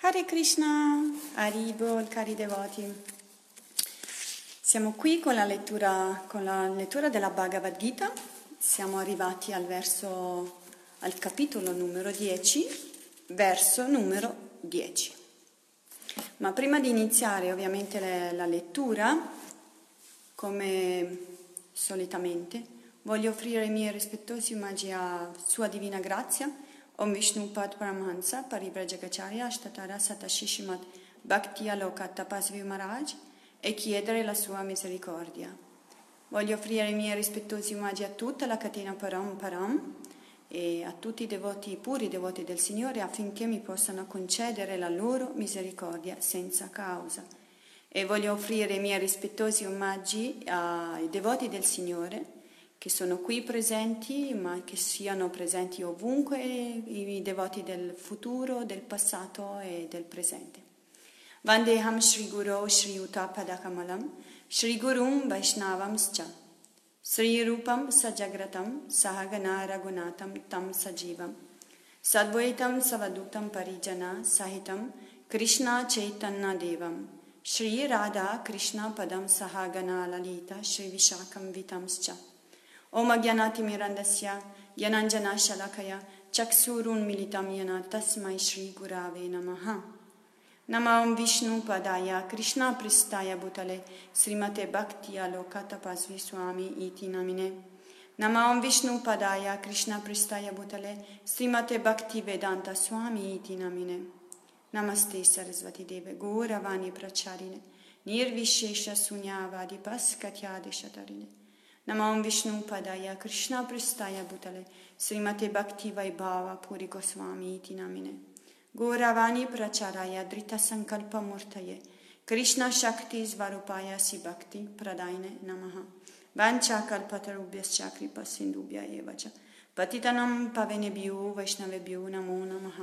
Hare Krishna, Haribol, cari devoti. Siamo qui con la lettura della Bhagavad Gita. Siamo arrivati al capitolo numero 10, verso numero 10. Ma prima di iniziare ovviamente la lettura, come solitamente, voglio offrire i miei rispettosi omaggi a Sua Divina Grazia, Om Vishnupad Paramahansa Parivrajagacharya Ashtatara Satashishimat Bhakti Aloka Tapasvi Maharaj e chiedere la sua misericordia. Voglio offrire i miei rispettosi omaggi a tutta la catena Param Param e a tutti i devoti, i puri devoti del Signore, affinché mi possano concedere la loro misericordia senza causa. E voglio offrire i miei rispettosi omaggi ai devoti del Signore che sono qui presenti, ma che siano presenti ovunque, i devoti del futuro, del passato e del presente. Vandeham Shri Guru Shri Utapadakammalam Shri Gurum Vaishnavamscha Sri Rupam Sajagratam Sahagana Raghunatam Tam Sajivam Sadvaitam Savadutam Parijana Sahitam Krishna Chaitanya Devam Shri Radha Krishna Padam Sahagana Lalita Shri Vishakam Vitamscha Om Agyanati Mirandasya Yananjana Shalakaya Chaksurun Militam Yana Tasmai Shri Gurave Namaha Namam Vishnu Padaya Krishna Pristaya Bhutale Srimate Bhakti Aloka Tapasvi Swami Iti Namine Namam Vishnu Padaya Krishna Pristaya Bhutale Srimate Bhakti Vedanta Swami Iti Namine Namaste Sarasvati Deve Gauravani Pracharine Nirvishesha Sunyavadi Paskatyade Shatarine Namam Vishnu Padaya Krishna Pristaya Bhutale Srimate Bhakti Vaibhava Puri Goswami Iti Namine Gauravani Pracharaya Drita Sankalpa Murtaye Krishna Shakti Svarupaya Si Bhakti Pradaine Namaha Vancha Kalpatarubhyascha Kripa Sindubhya Evacha Patitanam Pavenebhyo Vaishnavebhyo Namo Namaha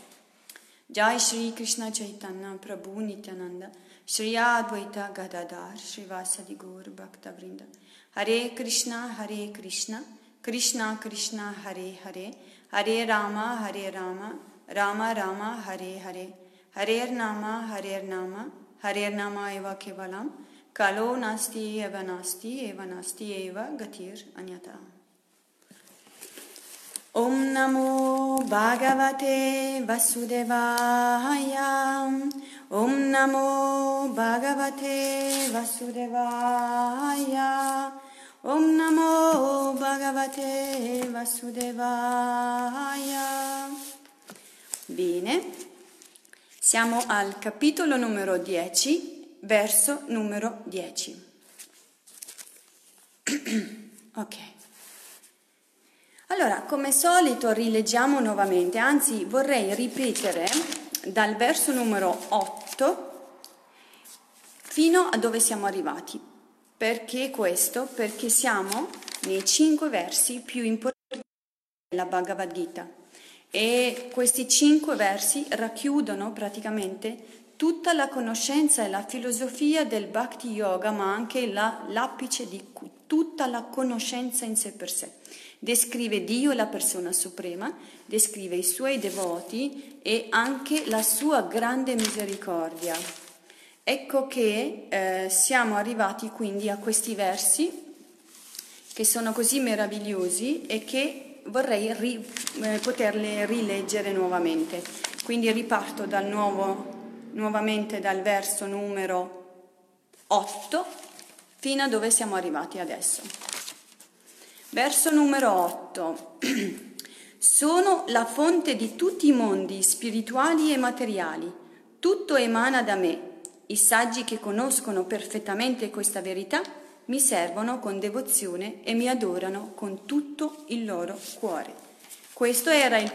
Jai Shri Krishna Chaitanya Prabhu Nityananda Shri Advaita Gadadhar Srivasadi Gaur Bhakta Vrinda Hare Krishna, Krishna Krishna, Hare Hare, Hare Rama, Rama Rama, Hare Hare, Hare Nama, Hare Nama Eva Kevalam, Kalo Nasti Eva Nasti Eva Gatir Anyata. Om Namo Bhagavate Vasudevaya. Om Namo Bhagavate Vasudevaya. Om Namo Bhagavate Vasudevaya. Bene, siamo al capitolo numero 10, verso numero 10. Ok. Allora, come solito rileggiamo nuovamente, anzi vorrei ripetere dal verso numero 8 fino a dove siamo arrivati. Perché questo? Perché siamo nei 5 versi più importanti della Bhagavad Gita e questi 5 versi racchiudono praticamente tutta la conoscenza e la filosofia del Bhakti Yoga, ma anche l'apice di tutta la conoscenza in sé per sé. Descrive Dio, la persona suprema, descrive i suoi devoti e anche la sua grande misericordia. Ecco che siamo arrivati quindi a questi versi che sono così meravigliosi e che vorrei poterli rileggere nuovamente. Quindi riparto nuovamente dal verso numero 8 fino a dove siamo arrivati adesso. Verso numero 8. Sono la fonte di tutti i mondi spirituali e materiali. Tutto emana da me. I saggi che conoscono perfettamente questa verità mi servono con devozione e mi adorano con tutto il loro cuore. Questo è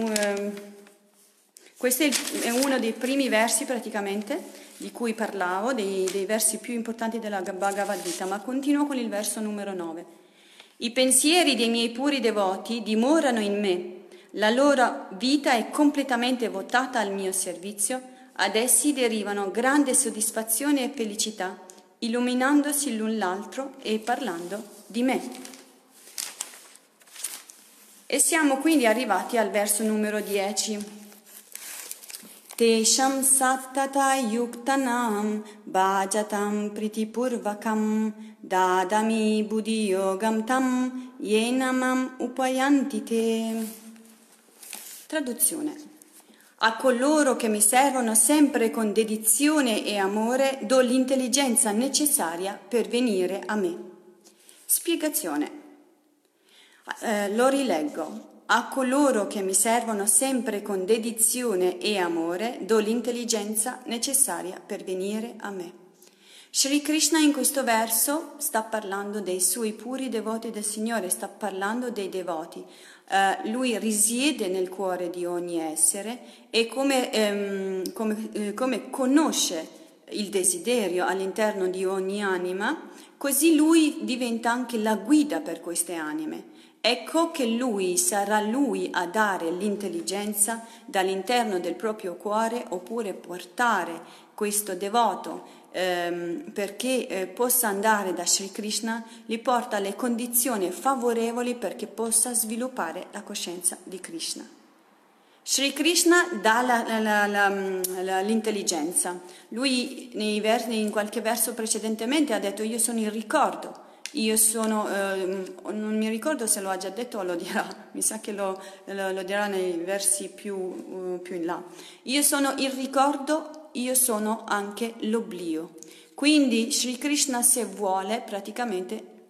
uno dei primi versi praticamente di cui parlavo, dei versi più importanti della Bhagavad Gita, ma continuo con il verso numero 9. I pensieri dei miei puri devoti dimorano in me, la loro vita è completamente votata al mio servizio. Ad essi derivano grande soddisfazione e felicità, illuminandosi l'un l'altro e parlando di me. E siamo quindi arrivati al verso numero 10. Tesham sattata yuktanam bhajatam pritipurvakam dadami buddhi yogam tam yenamam upayantite. Traduzione. A coloro che mi servono sempre con dedizione e amore do l'intelligenza necessaria per venire a me. Spiegazione. Lo rileggo. A coloro che mi servono sempre con dedizione e amore do l'intelligenza necessaria per venire a me. Sri Krishna in questo verso sta parlando dei suoi puri devoti del Signore, sta parlando dei devoti. Lui risiede nel cuore di ogni essere e come conosce il desiderio all'interno di ogni anima, così lui diventa anche la guida per queste anime. Ecco che sarà lui a dare l'intelligenza dall'interno del proprio cuore, oppure portare questo devoto perché possa andare da Sri Krishna, gli porta le condizioni favorevoli perché possa sviluppare la coscienza di Krishna. Sri Krishna dà l'intelligenza. Lui in qualche verso precedentemente ha detto: io sono il ricordo. Io sono, non mi ricordo se lo ha già detto o lo dirà, mi sa che lo dirà nei versi più in là. Io sono il ricordo, io sono anche l'oblio. Quindi Sri Krishna, se vuole, praticamente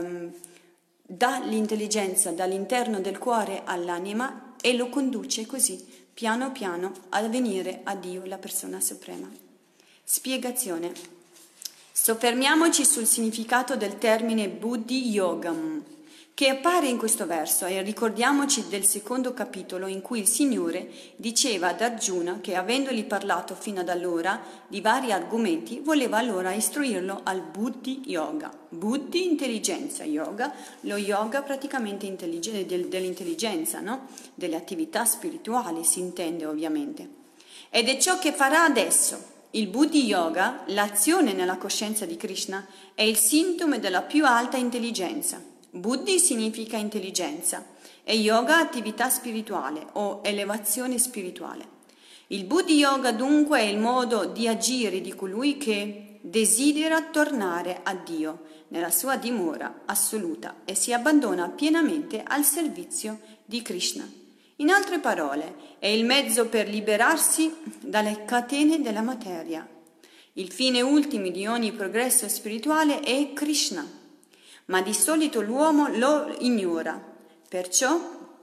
dà l'intelligenza dall'interno del cuore all'anima e lo conduce così, piano piano, a venire a Dio, la persona suprema. Spiegazione. Soffermiamoci sul significato del termine Buddhi Yogam, che appare in questo verso, e ricordiamoci del secondo capitolo in cui il Signore diceva ad Arjuna che, avendogli parlato fino ad allora di vari argomenti, voleva allora istruirlo al Buddhi Yoga. Buddhi, intelligenza, yoga, lo yoga praticamente dell'intelligenza, no? Delle attività spirituali si intende ovviamente. Ed è ciò che farà adesso. Il Buddhi Yoga, l'azione nella coscienza di Krishna, è il sintomo della più alta intelligenza. Buddhi significa intelligenza e yoga attività spirituale o elevazione spirituale. Il Buddhi Yoga dunque è il modo di agire di colui che desidera tornare a Dio nella sua dimora assoluta e si abbandona pienamente al servizio di Krishna. In altre parole, è il mezzo per liberarsi dalle catene della materia. Il fine ultimo di ogni progresso spirituale è Krishna, ma di solito l'uomo lo ignora. Perciò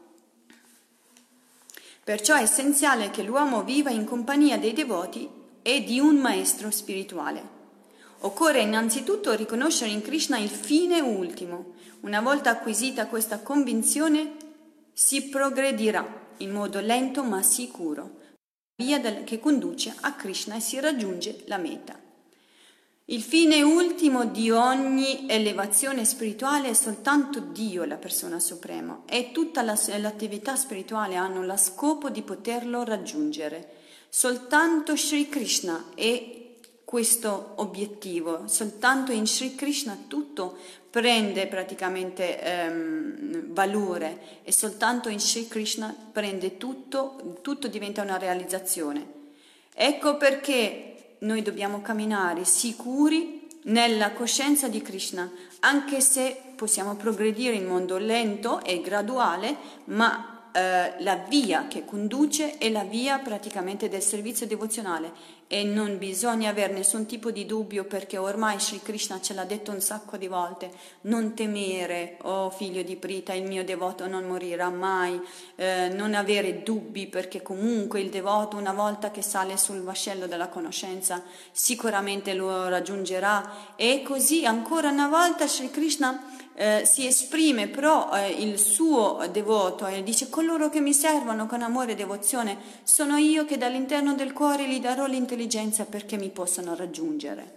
è essenziale che l'uomo viva in compagnia dei devoti e di un maestro spirituale. Occorre innanzitutto riconoscere in Krishna il fine ultimo. Una volta acquisita questa convinzione, si progredirà in modo lento ma sicuro, via che conduce a Krishna, e si raggiunge la meta. Il fine ultimo di ogni elevazione spirituale è soltanto Dio, la persona suprema, e tutta l'attività spirituale hanno lo scopo di poterlo raggiungere. Soltanto Sri Krishna è questo obiettivo, soltanto in Sri Krishna tutto prende praticamente valore, e soltanto in Sri Krishna prende tutto diventa una realizzazione. Ecco perché noi dobbiamo camminare sicuri nella coscienza di Krishna, anche se possiamo progredire in modo lento e graduale, ma la via che conduce è la via praticamente del servizio devozionale, e non bisogna avere nessun tipo di dubbio, perché ormai Sri Krishna ce l'ha detto un sacco di volte: non temere, oh figlio di Prita, il mio devoto non morirà mai, non avere dubbi, perché comunque il devoto, una volta che sale sul vascello della conoscenza, sicuramente lo raggiungerà. E così ancora una volta Sri Krishna si esprime pro il suo devoto e dice: coloro che mi servono con amore e devozione sono io, che dall'interno del cuore gli darò l'intelligenza perché mi possano raggiungere.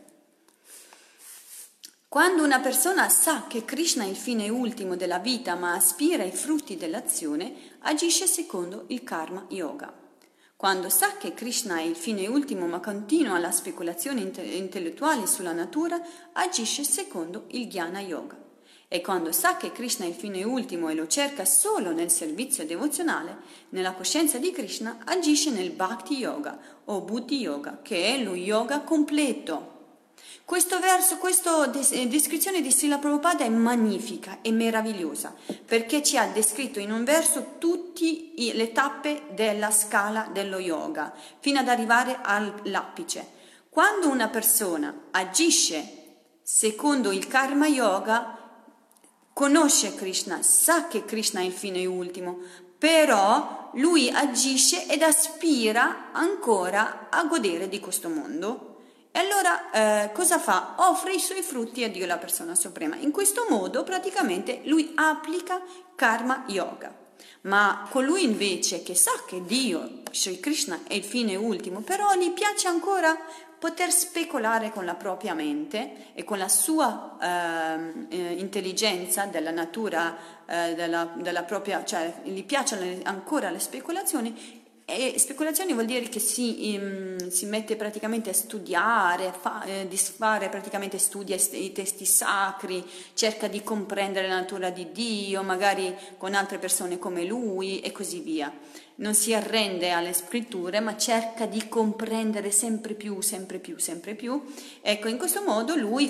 Quando una persona sa che Krishna è il fine ultimo della vita ma aspira ai frutti dell'azione, agisce secondo il karma yoga. Quando sa che Krishna è il fine ultimo ma continua la speculazione intellettuale sulla natura, agisce secondo il jnana yoga. E quando sa che Krishna è il fine ultimo e lo cerca solo nel servizio devozionale, nella coscienza di Krishna agisce nel Bhakti Yoga o Buddhi Yoga, che è lo yoga completo. Questo verso, questa descrizione di Srila Prabhupada è magnifica e meravigliosa, perché ci ha descritto in un verso tutte le tappe della scala dello yoga, fino ad arrivare all'apice. Quando una persona agisce secondo il Karma Yoga, conosce Krishna, sa che Krishna è il fine ultimo, però lui agisce ed aspira ancora a godere di questo mondo. E allora cosa fa? Offre i suoi frutti a Dio, la persona suprema. In questo modo praticamente lui applica Karma Yoga. Ma colui invece che sa che Dio, Sri Krishna, è il fine ultimo, però gli piace ancora poter speculare con la propria mente e con la sua intelligenza della natura della propria, cioè gli piacciono ancora le speculazioni. E speculazioni vuol dire che si mette praticamente a studiare, fare praticamente studia i testi sacri, cerca di comprendere la natura di Dio, magari con altre persone come lui e così via. Non si arrende alle scritture, ma cerca di comprendere sempre più, sempre più, sempre più. Ecco, in questo modo lui,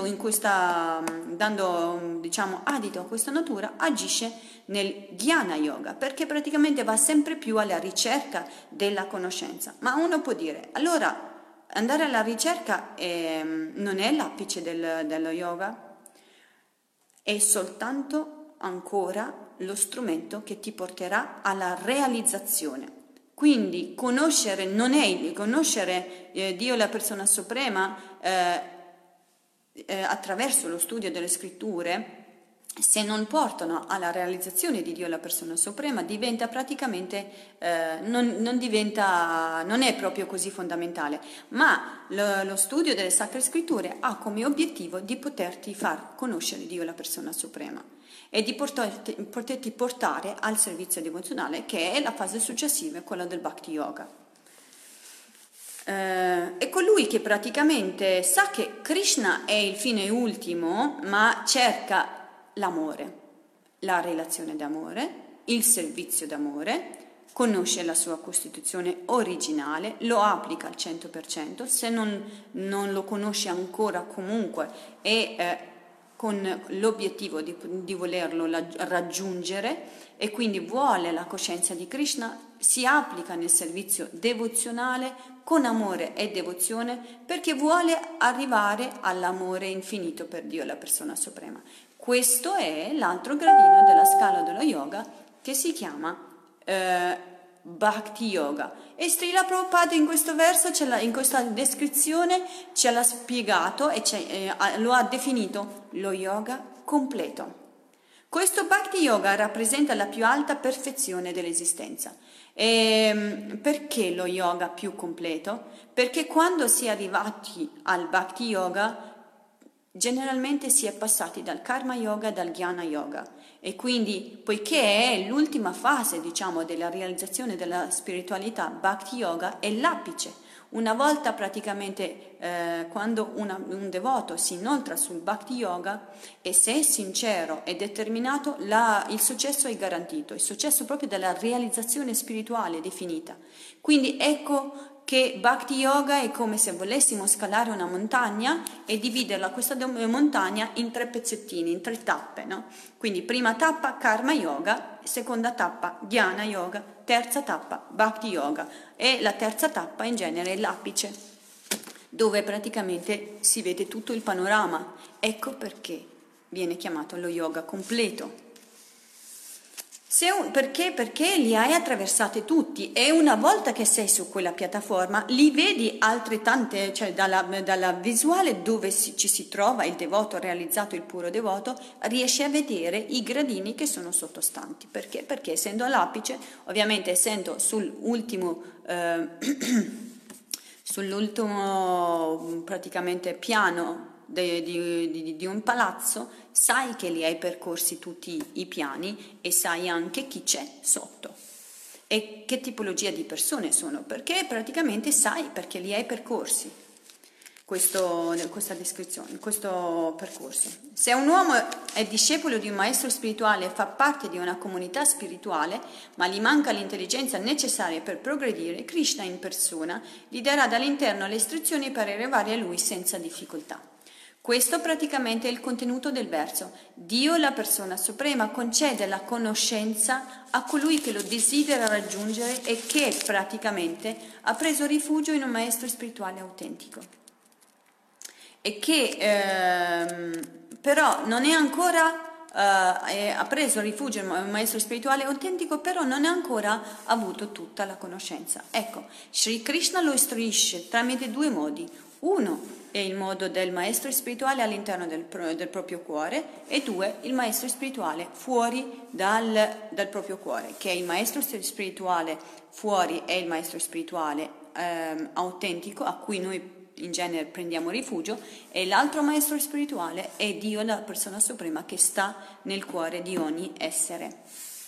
dando diciamo adito a questa natura, agisce nel Jnana Yoga, perché praticamente va sempre più alla ricerca della conoscenza. Ma uno può dire, allora andare alla ricerca non è l'apice dello yoga? È soltanto ancora lo strumento che ti porterà alla realizzazione. Quindi conoscere Dio, la persona suprema, attraverso lo studio delle scritture, se non portano alla realizzazione di Dio, la persona suprema, diventa praticamente non è proprio così fondamentale, ma lo studio delle sacre scritture ha come obiettivo di poterti far conoscere Dio, la persona suprema, e di poterti portare al servizio devozionale, che è la fase successiva, quella del Bhakti Yoga. È colui che praticamente sa che Krishna è il fine ultimo, ma cerca l'amore, la relazione d'amore, il servizio d'amore, conosce la sua costituzione originale, lo applica al 100%, se non lo conosce ancora comunque è con l'obiettivo di volerlo raggiungere e quindi vuole la coscienza di Krishna, si applica nel servizio devozionale con amore e devozione perché vuole arrivare all'amore infinito per Dio, la persona suprema. Questo è l'altro gradino della scala dello yoga che si chiama Bhakti Yoga. E Srila Prabhupada in questo verso, in questa descrizione, ce l'ha spiegato e lo ha definito lo yoga completo. Questo Bhakti Yoga rappresenta la più alta perfezione dell'esistenza. E perché lo yoga più completo? Perché quando si è arrivati al Bhakti Yoga, generalmente si è passati dal Karma Yoga e dal Jnana Yoga, e quindi poiché è l'ultima fase, diciamo, della realizzazione della spiritualità, Bhakti Yoga è l'apice. Una volta praticamente quando un devoto si inoltra sul Bhakti Yoga, e se è sincero e determinato, il successo è garantito, il successo proprio della realizzazione spirituale definita. Quindi ecco che Bhakti Yoga è come se volessimo scalare una montagna e dividerla, questa montagna, in 3 pezzettini, in 3 tappe, no? Quindi prima tappa Karma Yoga, seconda tappa Jnana Yoga, terza tappa Bhakti Yoga, e la terza tappa in genere è l'apice, dove praticamente si vede tutto il panorama. Ecco perché viene chiamato lo yoga completo. Perché li hai attraversati tutti, e una volta che sei su quella piattaforma li vedi altrettante, cioè dalla visuale dove ci si trova il devoto realizzato, il puro devoto, riesci a vedere i gradini che sono sottostanti. Perché? Perché essendo all'apice, ovviamente essendo sull'ultimo praticamente piano di un palazzo, sai che li hai percorsi tutti i piani e sai anche chi c'è sotto e che tipologia di persone sono, perché praticamente sai, perché li hai percorsi. questa descrizione, questo percorso. Se un uomo è discepolo di un maestro spirituale e fa parte di una comunità spirituale, ma gli manca l'intelligenza necessaria per progredire, Krishna in persona gli darà dall'interno le istruzioni per arrivare a lui senza difficoltà. Questo praticamente è il contenuto del verso. Dio, la persona suprema, concede la conoscenza a colui che lo desidera raggiungere e che praticamente ha preso rifugio in un maestro spirituale autentico. E che però non è ancora ha preso rifugio in un maestro spirituale autentico, però non ha ancora avuto tutta la conoscenza. Ecco, Sri Krishna lo istruisce tramite due modi. Uno è il modo del maestro spirituale all'interno del proprio cuore, e due, il maestro spirituale fuori dal proprio cuore, che il maestro spirituale fuori è il maestro spirituale autentico, a cui noi in genere prendiamo rifugio, e l'altro maestro spirituale è Dio, la persona suprema che sta nel cuore di ogni essere.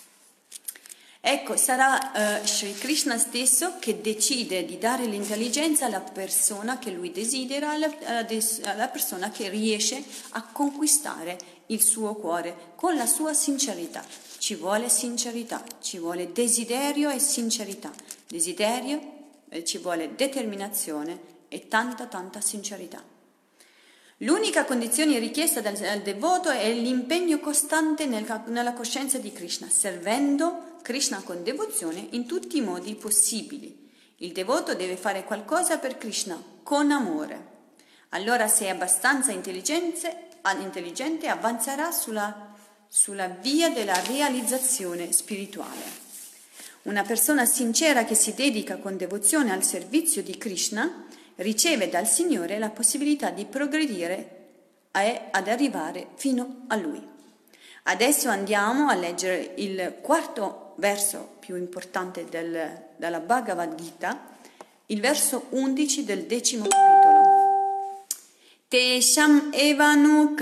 Ecco, sarà Sri Krishna stesso che decide di dare l'intelligenza alla persona che lui desidera, alla persona che riesce a conquistare il suo cuore con la sua sincerità. Ci vuole sincerità, ci vuole desiderio e sincerità. Desiderio, ci vuole determinazione e tanta sincerità. L'unica condizione richiesta dal devoto è l'impegno costante nella coscienza di Krishna, servendo Krishna con devozione in tutti i modi possibili. Il devoto deve fare qualcosa per Krishna con amore. Allora, se è abbastanza intelligente avanzerà sulla via della realizzazione spirituale. Una persona sincera che si dedica con devozione al servizio di Krishna riceve dal Signore la possibilità di progredire e ad arrivare fino a Lui. Adesso andiamo a leggere il quarto verso più importante della Bhagavad Gita, il verso 11 del 10° capitolo. Tesham evanu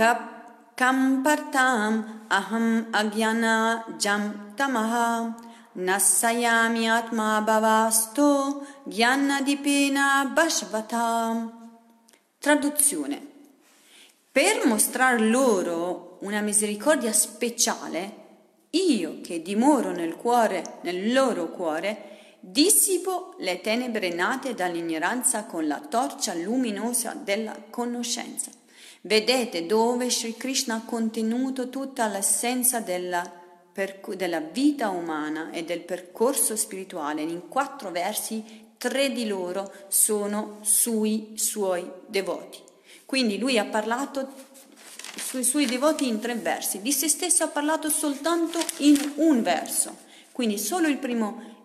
kampartam aham agyana jam tamaha Nassayami atma bhavasto gyanna dipena bhashvatam. Traduzione: per mostrar loro una misericordia speciale, io che dimoro nel loro cuore, dissipo le tenebre nate dall'ignoranza con la torcia luminosa della conoscenza. Vedete dove Sri Krishna ha contenuto tutta l'essenza della vita umana e del percorso spirituale in 4 versi. 3 di loro sono sui suoi devoti. Quindi lui ha parlato sui suoi devoti in 3 versi, di se stesso ha parlato soltanto in un verso. Quindi solo il primo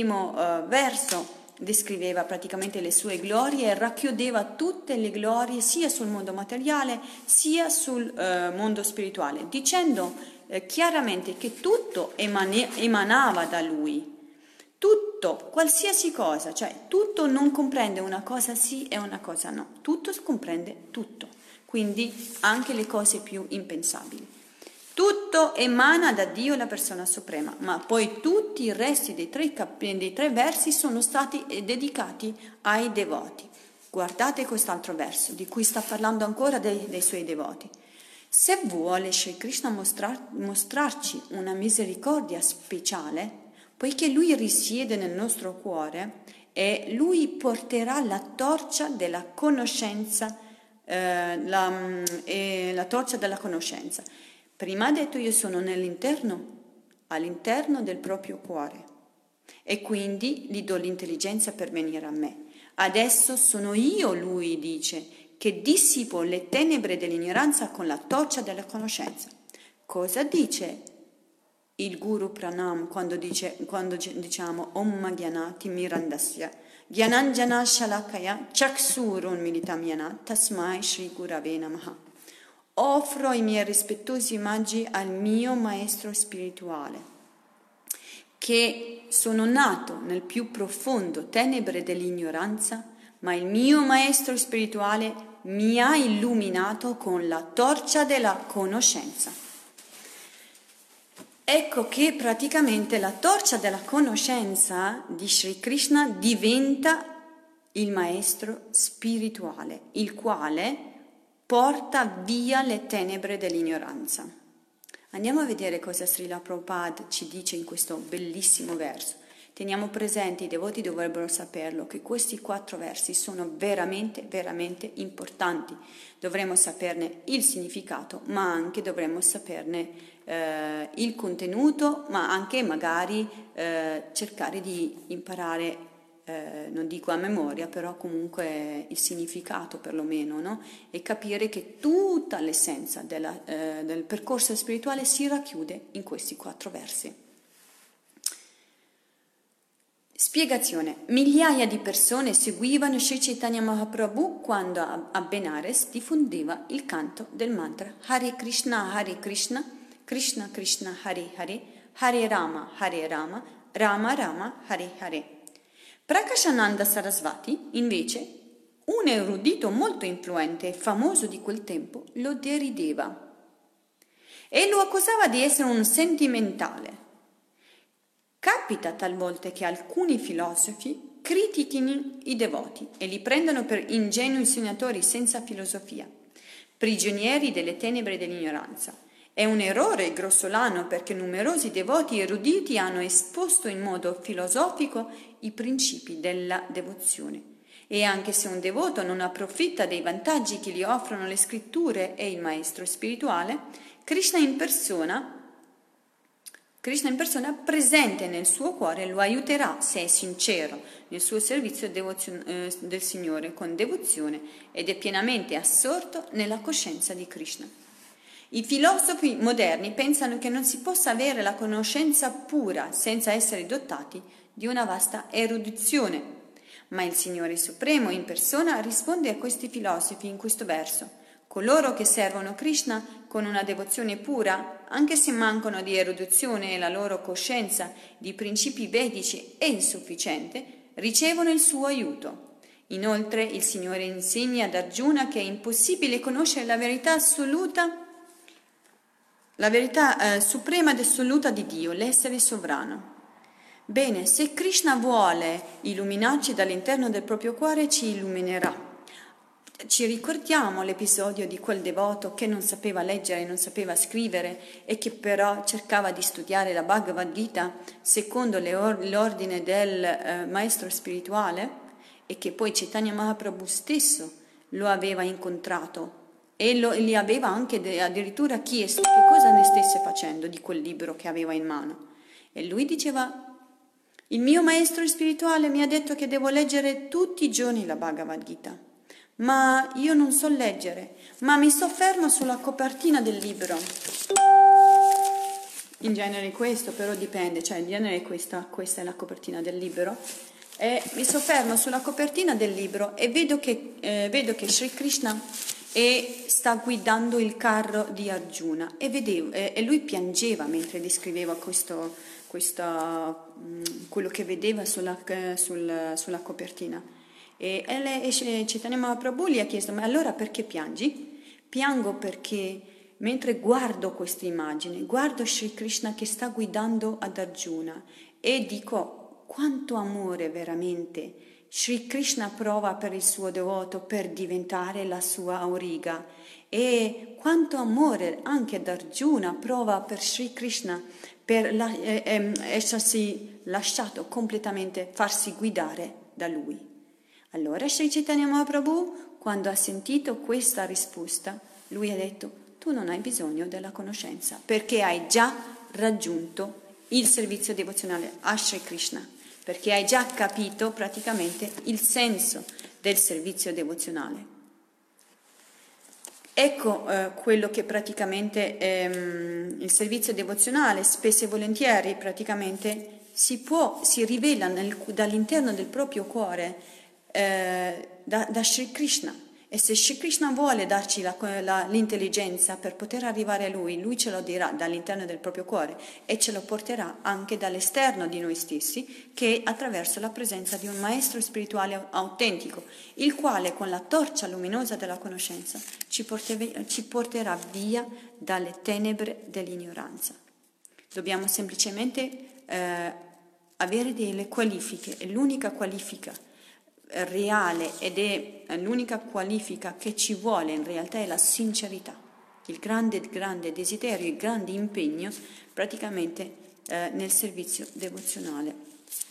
verso descriveva praticamente le sue glorie e racchiudeva tutte le glorie sia sul mondo materiale sia sul mondo spirituale, dicendo chiaramente che tutto emanava da lui. Tutto, qualsiasi cosa, cioè tutto non comprende una cosa sì e una cosa no, tutto comprende tutto, quindi anche le cose più impensabili. Tutto emana da Dio, la persona suprema, ma poi tutti i resti dei 3 versi sono stati dedicati ai devoti. Guardate quest'altro verso, di cui sta parlando ancora dei suoi devoti. Se vuole Sri Krishna mostrarci una misericordia speciale, poiché Lui risiede nel nostro cuore e Lui porterà la torcia della conoscenza, la torcia della conoscenza. Prima ha detto io sono all'interno del proprio cuore e quindi gli do l'intelligenza per venire a me. Adesso sono io, lui dice, che dissipo le tenebre dell'ignoranza con la torcia della conoscenza. Cosa dice il Guru Pranam quando diciamo Om Gyanati Mirandasya Gyananjana Shalakaya Chaksurun Militam Yana Tasmai Shri Gurave Namaha? Offro i miei rispettosi omaggi al mio maestro spirituale, che sono nato nel più profondo tenebre dell'ignoranza, ma il mio maestro spirituale mi ha illuminato con la torcia della conoscenza. Ecco che praticamente la torcia della conoscenza di Sri Krishna diventa il maestro spirituale, il quale porta via le tenebre dell'ignoranza. Andiamo a vedere cosa Srila Prabhupada ci dice in questo bellissimo verso. Teniamo presente, i devoti dovrebbero saperlo, che questi 4 versi sono veramente, veramente importanti. Dovremmo saperne il significato, ma anche dovremmo saperne il contenuto, ma anche magari cercare di imparare, non dico a memoria, però comunque il significato perlomeno, no? E capire che tutta l'essenza del percorso spirituale si racchiude in questi 4 versi. Spiegazione. Migliaia di persone seguivano Sri Chaitanya Mahaprabhu quando a Benares diffondeva il canto del mantra Hare Krishna, Krishna Krishna, Hare Hare, Hare Rama, Rama Rama, Hare Hare. Prakashananda Sarasvati, invece, un erudito molto influente e famoso di quel tempo, lo derideva e lo accusava di essere un sentimentale. Capita talvolta che alcuni filosofi critichino i devoti e li prendano per ingenui insegnatori senza filosofia, prigionieri delle tenebre dell'ignoranza. È un errore grossolano perché numerosi devoti eruditi hanno esposto in modo filosofico i principi della devozione. E anche se un devoto non approfitta dei vantaggi che gli offrono le scritture e il maestro spirituale, Krishna in persona presente nel suo cuore lo aiuterà se è sincero nel suo servizio del Signore con devozione ed è pienamente assorto nella coscienza di Krishna. I filosofi moderni pensano che non si possa avere la conoscenza pura senza essere dotati di una vasta erudizione, ma il Signore Supremo in persona risponde a questi filosofi in questo verso. Coloro che servono Krishna con una devozione pura, anche se mancano di erudizione e la loro coscienza di principi vedici è insufficiente, ricevono il suo aiuto. Inoltre il Signore insegna ad Arjuna che è impossibile conoscere la verità assoluta, la verità suprema ed assoluta di Dio, l'essere sovrano. Bene, se Krishna vuole illuminarci dall'interno del proprio cuore, ci illuminerà. Ci ricordiamo l'episodio di quel devoto che non sapeva leggere, non sapeva scrivere e che però cercava di studiare la Bhagavad Gita secondo l'ordine del maestro spirituale e che poi Chaitanya Mahaprabhu stesso lo aveva incontrato e gli aveva anche addirittura chiesto che cosa ne stesse facendo di quel libro che aveva in mano. E lui diceva: il mio maestro spirituale mi ha detto che devo leggere tutti i giorni la Bhagavad Gita. Ma io non so leggere, ma mi soffermo sulla copertina del libro. In genere questo, però dipende, cioè in genere questa è la copertina del libro. E mi soffermo sulla copertina del libro e vedo che Sri Krishna sta guidando il carro di Arjuna e lui piangeva mentre descriveva quello che vedeva sulla copertina. E Chaitanya Mahaprabhu gli ha chiesto: ma allora perché piangi? Piango perché mentre guardo questa immagine, guardo Sri Krishna che sta guidando ad Arjuna e dico quanto amore veramente Sri Krishna prova per il suo devoto per diventare la sua auriga e quanto amore anche ad Arjuna prova per Sri Krishna per essersi lasciato completamente farsi guidare da lui. Allora Sri Chaitanya Mahaprabhu, quando ha sentito questa risposta, lui ha detto: tu non hai bisogno della conoscenza, perché hai già raggiunto il servizio devozionale a Sri Krishna, perché hai già capito praticamente il senso del servizio devozionale. Ecco quello che praticamente il servizio devozionale, spesso e volentieri praticamente si rivela dall'interno del proprio cuore, da Sri Krishna, e se Sri Krishna vuole darci l'intelligenza per poter arrivare a lui ce lo dirà dall'interno del proprio cuore e ce lo porterà anche dall'esterno di noi stessi, che attraverso la presenza di un maestro spirituale autentico, il quale con la torcia luminosa della conoscenza ci porterà via dalle tenebre dell'ignoranza. Dobbiamo semplicemente avere delle qualifiche, e l'unica qualifica reale ed è l'unica qualifica che ci vuole in realtà è la sincerità, il grande desiderio, il grande impegno praticamente nel servizio devozionale.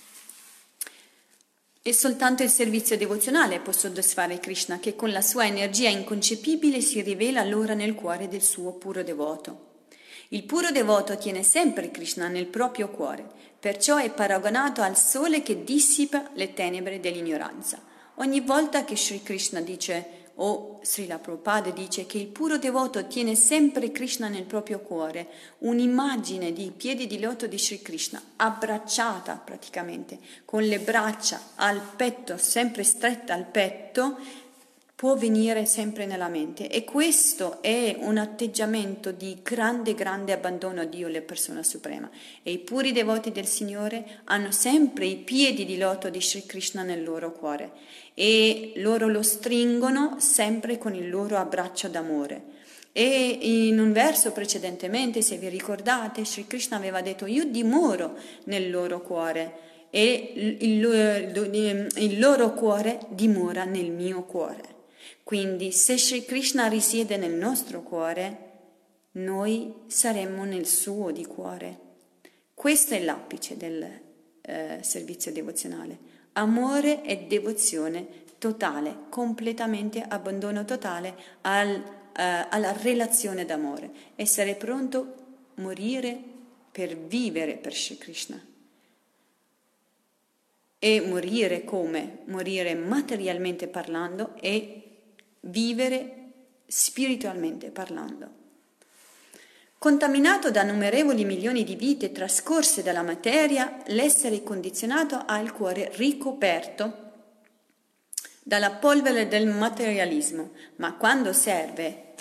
E soltanto il servizio devozionale può soddisfare Krishna, che con la sua energia inconcepibile si rivela allora nel cuore del suo puro devoto. Il puro devoto tiene sempre Krishna nel proprio cuore, perciò è paragonato al sole che dissipa le tenebre dell'ignoranza. Ogni volta che Sri Krishna dice, o Srila Prabhupada dice che il puro devoto tiene sempre Krishna nel proprio cuore, un'immagine di piedi di loto di Sri Krishna, abbracciata praticamente, con le braccia al petto, sempre stretta al petto, può venire sempre nella mente. E questo è un atteggiamento di grande abbandono a Dio, la persona suprema. E i puri devoti del Signore hanno sempre i piedi di loto di Sri Krishna nel loro cuore e loro lo stringono sempre con il loro abbraccio d'amore. E in un verso precedentemente, se vi ricordate, Sri Krishna aveva detto: io dimoro nel loro cuore e il loro cuore dimora nel mio cuore. Quindi se Sri Krishna risiede nel nostro cuore, noi saremmo nel suo di cuore. Questo è l'apice del servizio devozionale. Amore e devozione totale, completamente abbandono totale alla relazione d'amore. Essere pronto a morire per vivere per Sri Krishna. E morire come? Morire materialmente parlando e vivere spiritualmente parlando. Contaminato da numerevoli milioni di vite trascorse dalla materia, l'essere condizionato ha il cuore ricoperto dalla polvere del materialismo, ma quando serve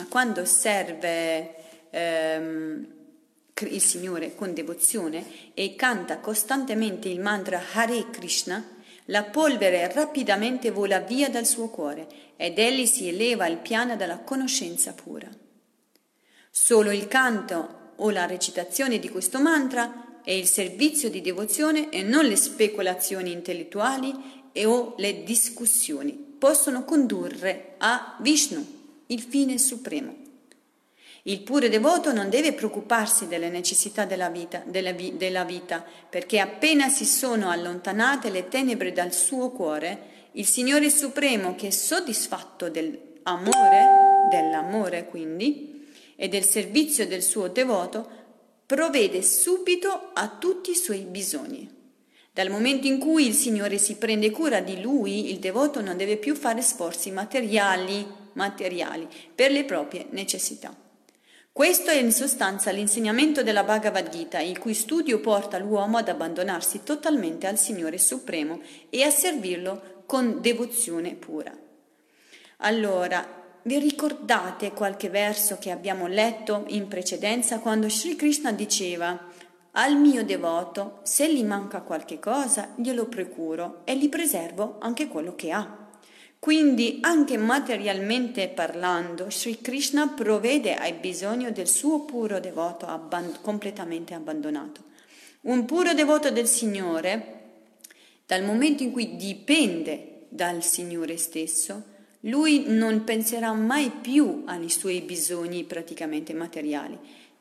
il Signore con devozione e canta costantemente il mantra Hare Krishna, la polvere rapidamente vola via dal suo cuore ed egli si eleva al piano della conoscenza pura. Solo il canto o la recitazione di questo mantra è il servizio di devozione e non le speculazioni intellettuali o le discussioni possono condurre a Vishnu, il fine supremo. Il puro devoto non deve preoccuparsi delle necessità della vita, perché appena si sono allontanate le tenebre dal suo cuore, il Signore Supremo, che è soddisfatto dell'amore quindi, e del servizio del suo devoto, provvede subito a tutti i suoi bisogni. Dal momento in cui il Signore si prende cura di lui, il devoto non deve più fare sforzi materiali per le proprie necessità. Questo è in sostanza l'insegnamento della Bhagavad Gita, il cui studio porta l'uomo ad abbandonarsi totalmente al Signore Supremo e a servirlo con devozione pura. Allora, vi ricordate qualche verso che abbiamo letto in precedenza quando Sri Krishna diceva: al mio devoto, se gli manca qualche cosa, glielo procuro e gli preservo anche quello che ha. Quindi, anche materialmente parlando, Sri Krishna provvede ai bisogni del suo puro devoto completamente abbandonato. Un puro devoto del Signore, dal momento in cui dipende dal Signore stesso, lui non penserà mai più ai suoi bisogni praticamente materiali.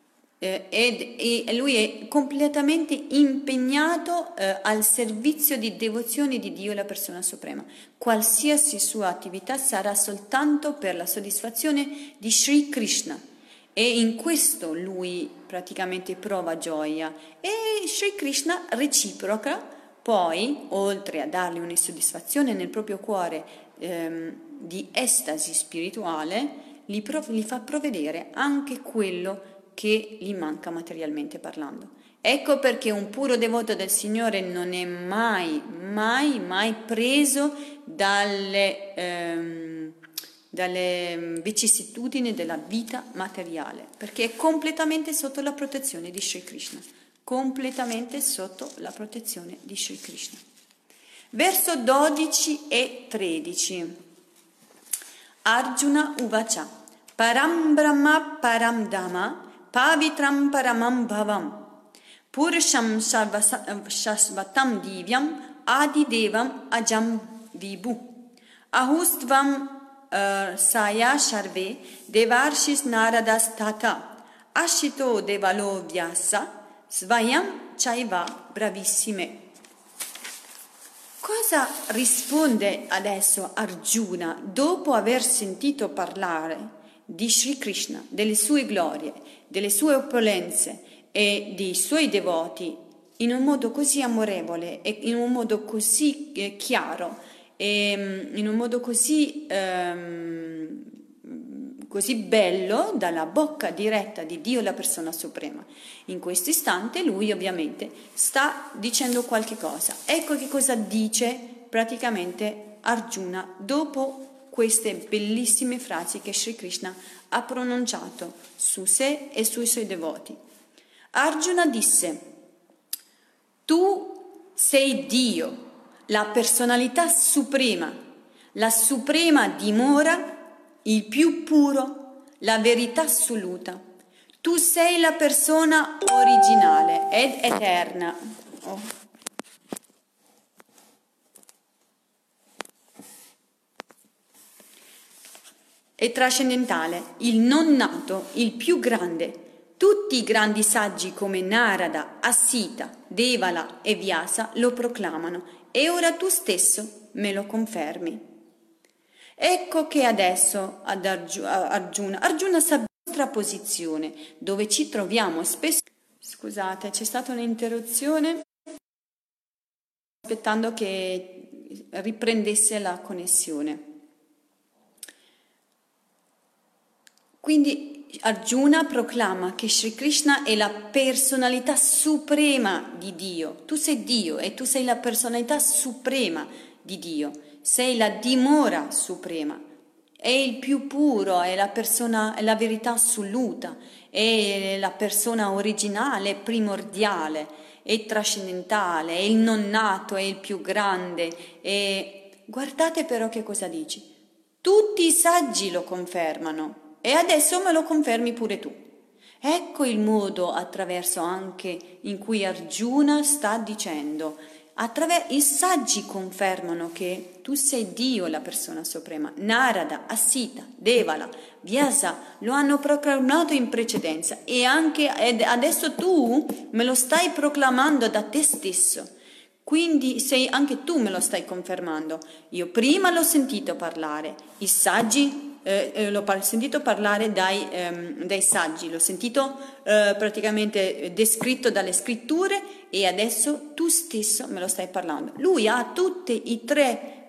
E lui è completamente impegnato al servizio di devozione di Dio, la persona suprema. Qualsiasi sua attività sarà soltanto per la soddisfazione di Sri Krishna e in questo lui praticamente prova gioia e Sri Krishna reciproca poi, oltre a dargli un'insoddisfazione nel proprio cuore di estasi spirituale, gli fa provvedere anche quello che gli manca materialmente parlando. Ecco perché un puro devoto del Signore non è mai preso dalle vicissitudini della vita materiale, perché è completamente sotto la protezione di Sri Krishna, completamente sotto la protezione di Sri Krishna. Verso 12 e 13. Arjuna Uvacha Param Brahma Param Dhamma Pavitram Paramam Bhavam Purusham Shasvatam Divyam Adi Devam Ajam Vibhu. Ahustvam saya sharve devarshis naradas tata ashito devalo vyasa svayam chaiva bravissime. Cosa risponde adesso Arjuna dopo aver sentito parlare di Sri Krishna, delle sue glorie, delle sue opulenze e dei suoi devoti in un modo così amorevole e in un modo così chiaro e in un modo così bello dalla bocca diretta di Dio, la persona suprema. In questo istante lui ovviamente sta dicendo qualche cosa. Ecco che cosa dice praticamente Arjuna dopo queste bellissime frasi che Sri Krishna ha pronunciato su sé e sui suoi devoti. Arjuna disse: tu sei Dio, la personalità suprema, la suprema dimora, il più puro, la verità assoluta. Tu sei la persona originale ed eterna. E trascendentale, il non nato, il più grande. Tutti i grandi saggi come Narada, Asita, Devala e Vyasa lo proclamano e ora tu stesso me lo confermi. Ecco che adesso ad Arjuna sa la nostra posizione, dove ci troviamo spesso. Scusate, c'è stata un'interruzione, aspettando che riprendesse la connessione. Quindi Arjuna proclama che Sri Krishna è la personalità suprema di Dio. Tu sei Dio e tu sei la personalità suprema di Dio. Sei la dimora suprema. È il più puro, è la verità assoluta, è la persona originale, primordiale, è trascendentale, è il non nato, è il più grande. E guardate però che cosa dici. Tutti i saggi lo confermano. E adesso me lo confermi pure tu. Ecco il modo attraverso anche in cui Arjuna sta dicendo. I saggi confermano che tu sei Dio, la persona suprema. Narada, Asita, Devala, Vyasa lo hanno proclamato in precedenza e adesso tu me lo stai proclamando da te stesso. Quindi anche tu me lo stai confermando. Io prima l'ho sentito parlare, i saggi l'ho sentito parlare dai saggi, l'ho sentito praticamente descritto dalle scritture e adesso tu stesso me lo stai parlando. Lui ha tutti i tre,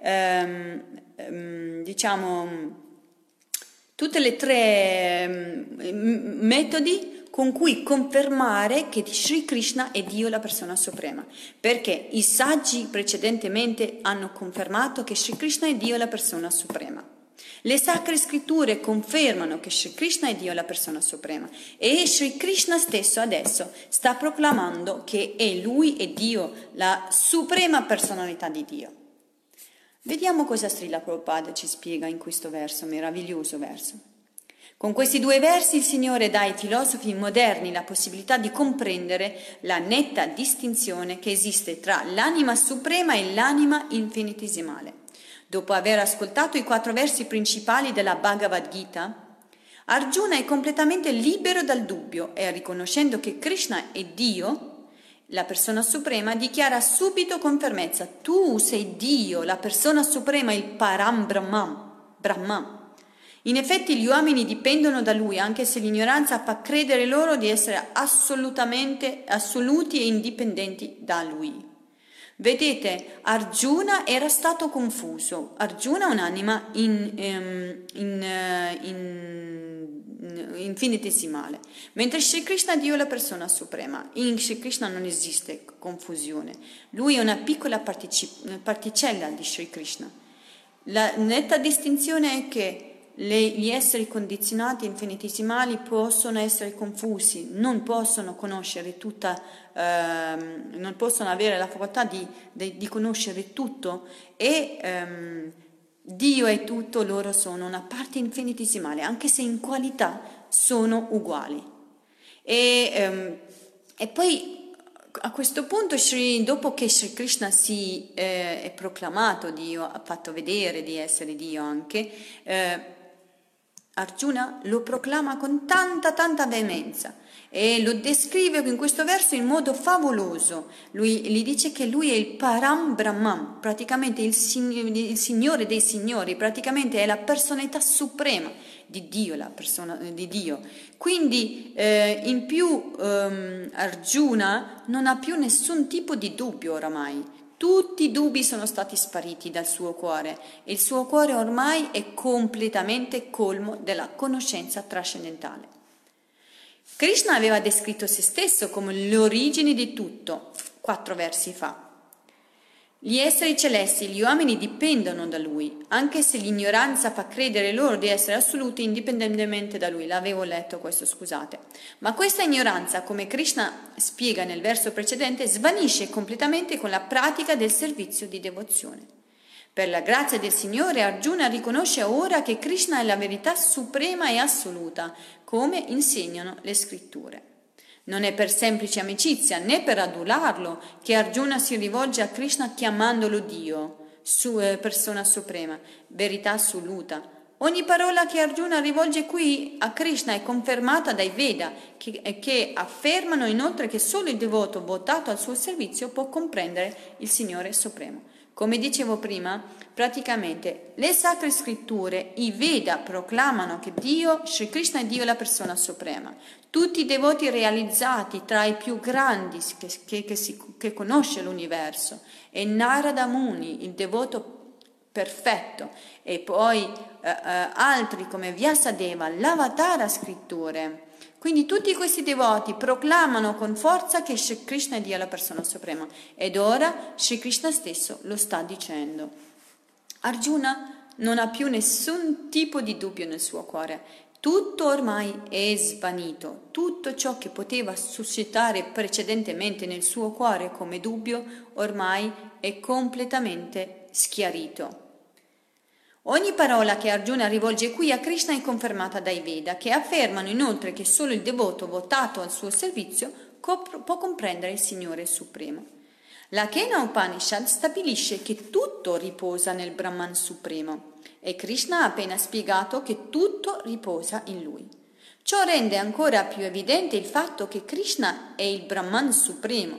tutte le tre metodi con cui confermare che Sri Krishna è Dio, la persona suprema, perché i saggi precedentemente hanno confermato che Sri Krishna è Dio, la persona suprema. Le sacre scritture confermano che Sri Krishna è Dio, la persona suprema, e Sri Krishna stesso adesso sta proclamando che Lui è Dio, la suprema personalità di Dio. Vediamo cosa Srila Prabhupada ci spiega in questo verso, meraviglioso verso. Con questi due versi il Signore dà ai filosofi moderni la possibilità di comprendere la netta distinzione che esiste tra l'anima suprema e l'anima infinitesimale. Dopo aver ascoltato i 4 versi principali della Bhagavad Gita, Arjuna è completamente libero dal dubbio e, riconoscendo che Krishna è Dio, la persona suprema, dichiara subito con fermezza: tu sei Dio, la persona suprema, il Param Brahman. In effetti gli uomini dipendono da lui, anche se l'ignoranza fa credere loro di essere assoluti e indipendenti da lui. Vedete, Arjuna era stato confuso. Arjuna è un'anima infinitesimale, mentre Sri Krishna è Dio, la persona suprema. In Sri Krishna non esiste confusione. Lui è una piccola particella di Sri Krishna. La netta distinzione è che gli esseri condizionati infinitesimali possono essere confusi, non possono conoscere non possono avere la facoltà di conoscere tutto e Dio è tutto, loro sono una parte infinitesimale, anche se in qualità sono uguali. E poi A questo punto, dopo che Sri Krishna si è proclamato Dio, ha fatto vedere di essere Dio anche, Arjuna lo proclama con tanta veemenza e lo descrive in questo verso in modo favoloso. Lui gli dice che lui è il Param Brahman, praticamente il Signore dei Signori, praticamente è la personalità suprema di Dio, la persona di Dio. Quindi in più Arjuna non ha più nessun tipo di dubbio oramai. Tutti i dubbi sono stati spariti dal suo cuore e il suo cuore ormai è completamente colmo della conoscenza trascendentale. Krishna aveva descritto se stesso come l'origine di tutto, 4 versi fa. Gli esseri celesti e gli uomini dipendono da lui, anche se l'ignoranza fa credere loro di essere assoluti indipendentemente da lui. L'avevo letto questo, scusate. Ma questa ignoranza, come Krishna spiega nel verso precedente, svanisce completamente con la pratica del servizio di devozione. Per la grazia del Signore, Arjuna riconosce ora che Krishna è la verità suprema e assoluta, come insegnano le scritture. Non è per semplice amicizia né per adularlo che Arjuna si rivolge a Krishna chiamandolo Dio, persona suprema, verità assoluta. Ogni parola che Arjuna rivolge qui a Krishna è confermata dai Veda, che affermano inoltre che solo il devoto votato al suo servizio può comprendere il Signore Supremo. Come dicevo prima, praticamente le sacre scritture, i Veda proclamano che Dio, Sri Krishna è Dio la persona suprema. Tutti i devoti realizzati tra i più grandi che conosce l'universo e Narada Muni, il devoto perfetto, e poi altri come Vyasadeva, l'Avatara scritture. Quindi tutti questi devoti proclamano con forza che Sri Krishna è Dio la persona suprema ed ora Sri Krishna stesso lo sta dicendo. Arjuna non ha più nessun tipo di dubbio nel suo cuore, tutto ormai è svanito, tutto ciò che poteva suscitare precedentemente nel suo cuore come dubbio ormai è completamente schiarito. Ogni parola che Arjuna rivolge qui a Krishna è confermata dai Veda, che affermano inoltre che solo il devoto votato al suo servizio può comprendere il Signore Supremo. La Kena Upanishad stabilisce che tutto riposa nel Brahman Supremo e Krishna ha appena spiegato che tutto riposa in lui. Ciò rende ancora più evidente il fatto che Krishna è il Brahman Supremo.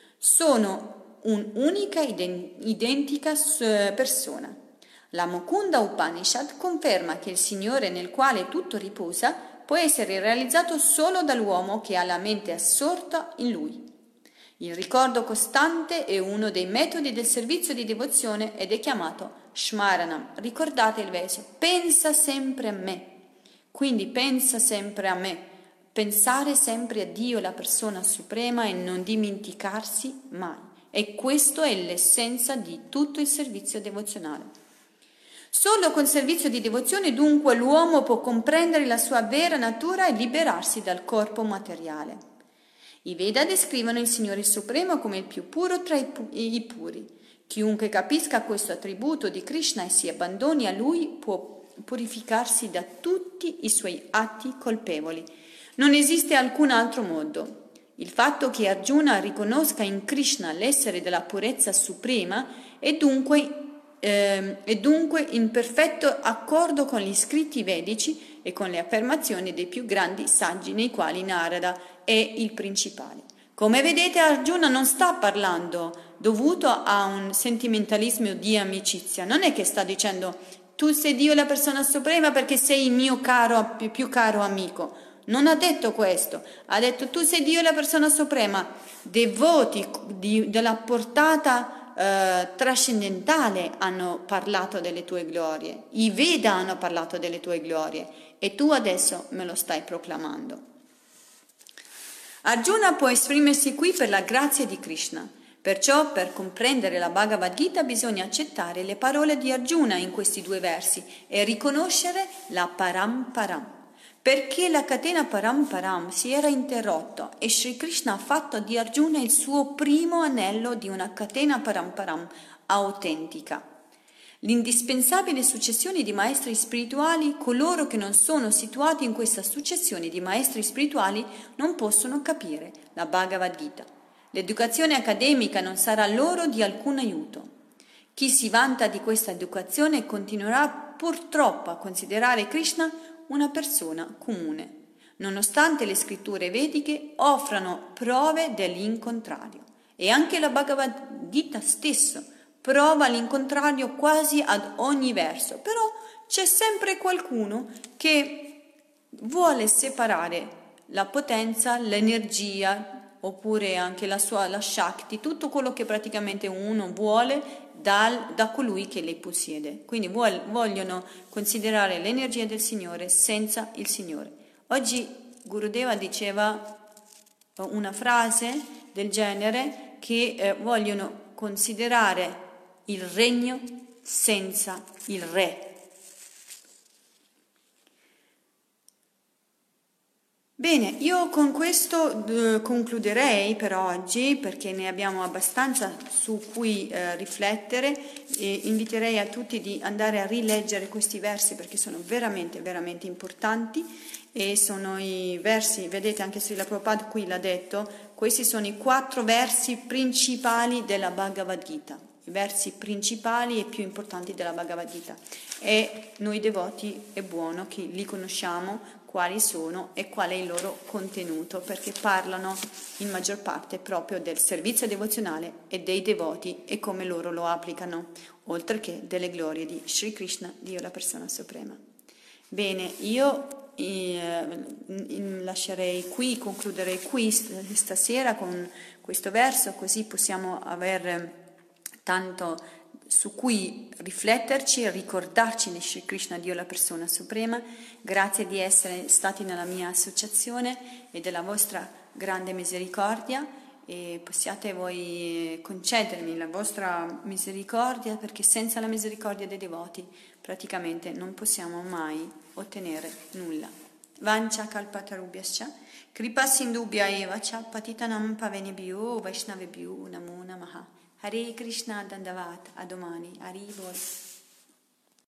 Sono un'unica identica persona. La Mukunda Upanishad conferma che il Signore nel quale tutto riposa può essere realizzato solo dall'uomo che ha la mente assorta in lui. Il ricordo costante è uno dei metodi del servizio di devozione ed è chiamato Shmaranam. Ricordate il verso, pensa sempre a me. Quindi pensa sempre a me. Pensare sempre a Dio, la persona suprema, e non dimenticarsi mai. E questo è l'essenza di tutto il servizio devozionale. Solo col servizio di devozione dunque l'uomo può comprendere la sua vera natura e liberarsi dal corpo materiale. I Veda descrivono il Signore Supremo come il più puro tra i puri. Chiunque capisca questo attributo di Krishna e si abbandoni a Lui può purificarsi da tutti i suoi atti colpevoli. Non esiste alcun altro modo. Il fatto che Arjuna riconosca in Krishna l'essere della purezza suprema è dunque in perfetto accordo con gli scritti vedici e con le affermazioni dei più grandi saggi nei quali Narada è il principale. Come vedete, Arjuna non sta parlando dovuto a un sentimentalismo di amicizia, non è che sta dicendo tu sei Dio la persona suprema perché sei il mio più caro amico. Non ha detto questo, ha detto tu sei Dio la persona suprema, devoti della portata trascendentale hanno parlato delle tue glorie, i Veda hanno parlato delle tue glorie e tu adesso me lo stai proclamando. Arjuna può esprimersi qui per la grazia di Krishna, perciò per comprendere la Bhagavad Gita bisogna accettare le parole di Arjuna in questi 2 versi e riconoscere la Param Param. Perché la catena Param Param si era interrotta e Sri Krishna ha fatto di Arjuna il suo primo anello di una catena Param Param autentica. L'indispensabile successione di maestri spirituali, coloro che non sono situati in questa successione di maestri spirituali non possono capire la Bhagavad Gita. L'educazione accademica non sarà loro di alcun aiuto. Chi si vanta di questa educazione continuerà purtroppo a considerare Krishna una persona comune, nonostante le scritture vediche offrano prove dell'incontrario. E anche la Bhagavad Gita stesso prova l'incontrario quasi ad ogni verso, però c'è sempre qualcuno che vuole separare la potenza, l'energia, oppure anche la Shakti, tutto quello che praticamente uno vuole da colui che le possiede. Quindi vogliono considerare l'energia del Signore senza il Signore. Oggi Gurudeva diceva una frase del genere che vogliono considerare il regno senza il re. Bene, io con questo concluderei per oggi perché ne abbiamo abbastanza su cui riflettere e inviterei a tutti di andare a rileggere questi versi perché sono veramente, veramente importanti e sono i versi, vedete anche Srila Prabhupada qui l'ha detto, questi sono i 4 versi principali della Bhagavad Gita, i versi principali e più importanti della Bhagavad Gita e noi devoti è buono che li conosciamo quali sono e qual è il loro contenuto, perché parlano in maggior parte proprio del servizio devozionale e dei devoti e come loro lo applicano, oltre che delle glorie di Sri Krishna, Dio la persona suprema. Bene, io lascerei qui, concluderei qui stasera con questo verso, così possiamo avere tanto su cui rifletterci e ricordarci di Sri Krishna, Dio la persona suprema. Grazie di essere stati nella mia associazione e della vostra grande misericordia e possiate voi concedermi la vostra misericordia perché senza la misericordia dei devoti praticamente non possiamo mai ottenere nulla. Vancha kalpatarubhyascha kripa sindubhya eva cha patitanam pavenebhyo vaishnavebhyo namo namaha. Hare Krishna Dandavat, a domani, Hari Bol.